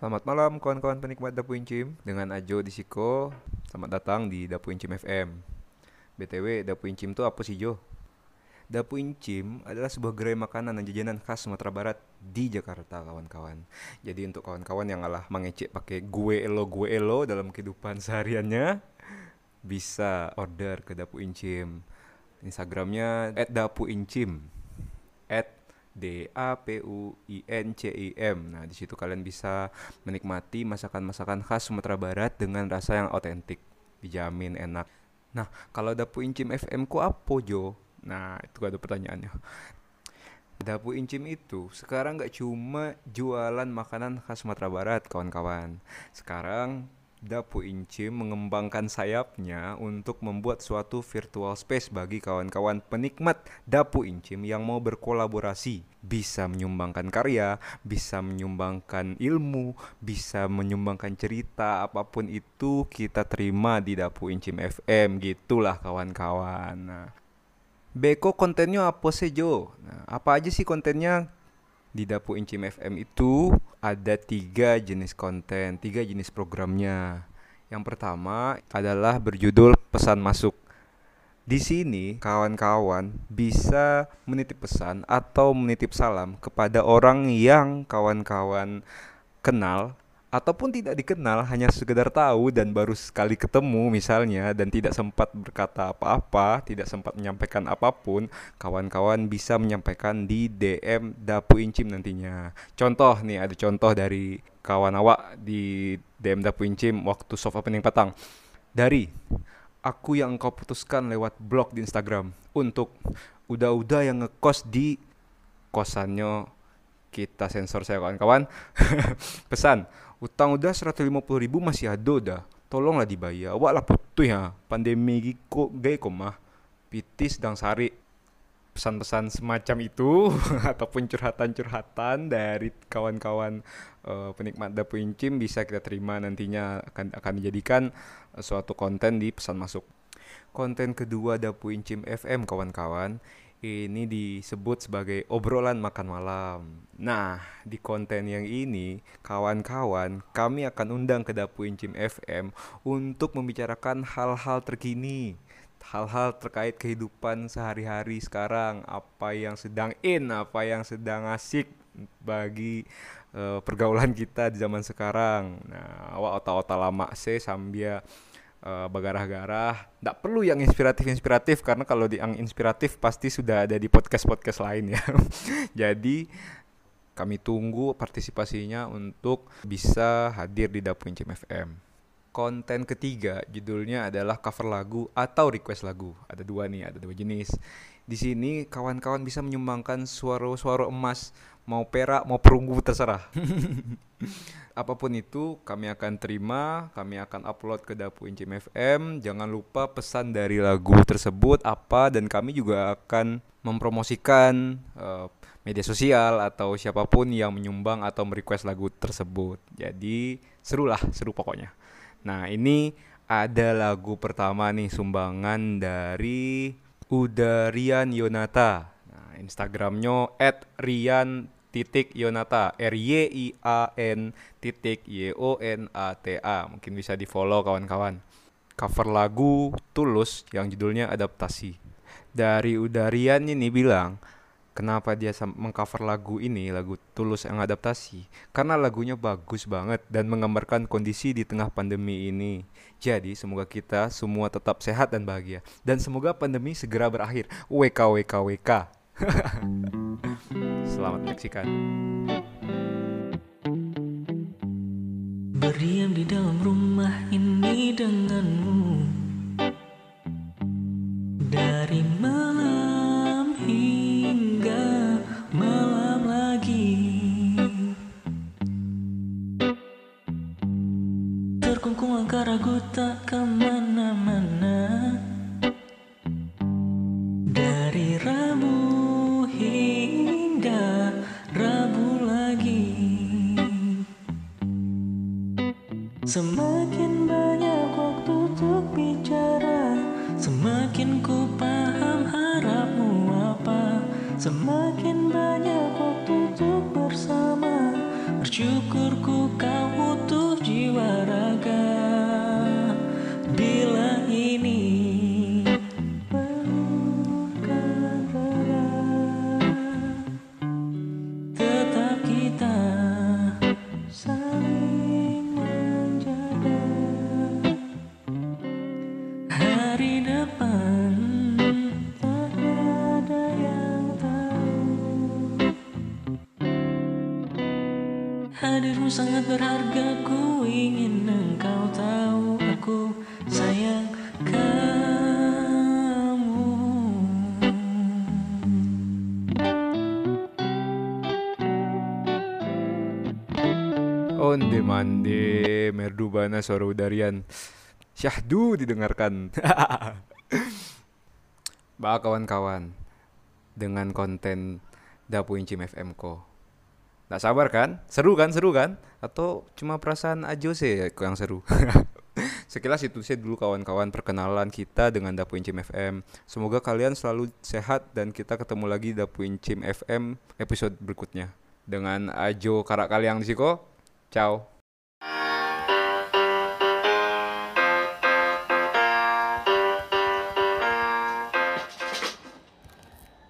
Selamat malam kawan-kawan penikmat Dapu Incim. Dengan Ajo di Siko. Selamat datang di Dapu Incim FM. BTW, Dapu Incim itu apa sih, Jo? Dapu Incim adalah sebuah gerai makanan dan jajanan khas Sumatera Barat di Jakarta, kawan-kawan. Jadi untuk kawan-kawan yang alah mengecek pakai gue elo dalam kehidupan sehariannya, bisa order ke Dapu Incim. Instagramnya @dapuincim, DAPUINCIM. Nah, di situ kalian bisa menikmati masakan-masakan khas Sumatera Barat dengan rasa yang otentik, dijamin enak. Nah, kalau Dapu Incim FM ku apa, Jo? Nah, itu ada pertanyaannya. Dapu Incim itu sekarang nggak cuma jualan makanan khas Sumatera Barat, kawan-kawan. Sekarang Dapu Incim mengembangkan sayapnya untuk membuat suatu virtual space bagi kawan-kawan penikmat Dapu Incim yang mau berkolaborasi. Bisa menyumbangkan karya, bisa menyumbangkan ilmu, bisa menyumbangkan cerita, apapun itu kita terima di Dapu Incim FM. Gitulah kawan-kawan. Nah, Beko kontennya apa sih, Jo? Nah, apa aja sih kontennya? Di Dapu Incim FM itu ada tiga jenis konten, tiga jenis programnya. Yang pertama adalah berjudul pesan masuk. Di sini kawan-kawan bisa menitip pesan atau menitip salam kepada orang yang kawan-kawan kenal ataupun tidak dikenal, hanya sekedar tahu dan baru sekali ketemu misalnya, dan tidak sempat berkata apa-apa, tidak sempat menyampaikan apapun. Kawan-kawan bisa menyampaikan di DM Dapu Incim nantinya. Contoh nih, ada contoh dari kawan awak di DM Dapu Incim waktu soft opening petang. Dari aku yang engkau putuskan lewat blog di Instagram untuk udah-udah yang ngekos di kosannya, kita sensor saya kawan-kawan. Pesan, utang udah 150.000 masih ada dah. Tolonglah dibayar. Wah lah putu ya. Pandemi giko gay mah. Pitis dan sari. Pesan-pesan semacam itu ataupun curhatan-curhatan dari kawan-kawan penikmat Dapu Incim bisa kita terima nantinya, akan dijadikan suatu konten di pesan masuk. Konten kedua Dapu Incim FM, kawan-kawan, ini disebut sebagai obrolan makan malam. Nah, di konten yang ini, kawan-kawan, kami akan undang ke Dapu Incim FM untuk membicarakan hal-hal terkini, hal-hal terkait kehidupan sehari-hari sekarang, apa yang sedang in, apa yang sedang asik bagi pergaulan kita di zaman sekarang. Nah, awak otak-otak lama sih sambil bagarah-garah. Nggak perlu yang inspiratif-inspiratif, karena kalau yang inspiratif pasti sudah ada di podcast-podcast lain ya. Jadi kami tunggu partisipasinya untuk bisa hadir di Dapu Incim FM. Konten ketiga judulnya adalah cover lagu atau request lagu. Ada dua nih, ada dua jenis. Di sini kawan-kawan bisa menyumbangkan suara-suara emas, mau perak, mau perunggu, terserah. Apapun itu kami akan terima, kami akan upload ke Dapu Incim FM. Jangan lupa pesan dari lagu tersebut apa, dan kami juga akan mempromosikan media sosial atau siapapun yang menyumbang atau merequest lagu tersebut. Jadi seru pokoknya. Nah, ini ada lagu pertama nih, sumbangan dari Rian Yonata. Nah, Instagramnya @rian_yonata, RYIAN_YONATA. Mungkin bisa di follow kawan-kawan. Cover lagu Tulus yang judulnya Adaptasi. Dari Udarian ini bilang, kenapa dia mengcover lagu ini, lagu Tulus yang adaptasi? Karena lagunya bagus banget dan menggambarkan kondisi di tengah pandemi ini. Jadi semoga kita semua tetap sehat dan bahagia. Dan semoga pandemi segera berakhir. WKWKWK. Selamat menyaksikan. Berdiam di dalam rumah ini denganmu, dari malam hingga malam lagi, terkungkung angka ragu tak kemana-mana. Dari Rabu hingga Rabu lagi, semakin banyak waktu untuk bicara, semakin ku paham harapmu apa. Semakin banyak waktu untuk bersama, bersyukur ku kau Hadirmu sangat berharga, ku ingin engkau tahu. Aku sayang kamu. Onde mande merdu bana suara udarian. Syahdu didengarkan. Ba kawan-kawan, dengan konten Dapu Incim FM ko. Nggak sabar kan? Seru kan? Seru kan? Atau cuma perasaan aja sih yang seru? Sekilas itu sih dulu kawan-kawan perkenalan kita dengan Dapu Incim FM. Semoga kalian selalu sehat dan kita ketemu lagi Dapu Incim FM episode berikutnya. Dengan Ajo karak kalian di siko. Ciao.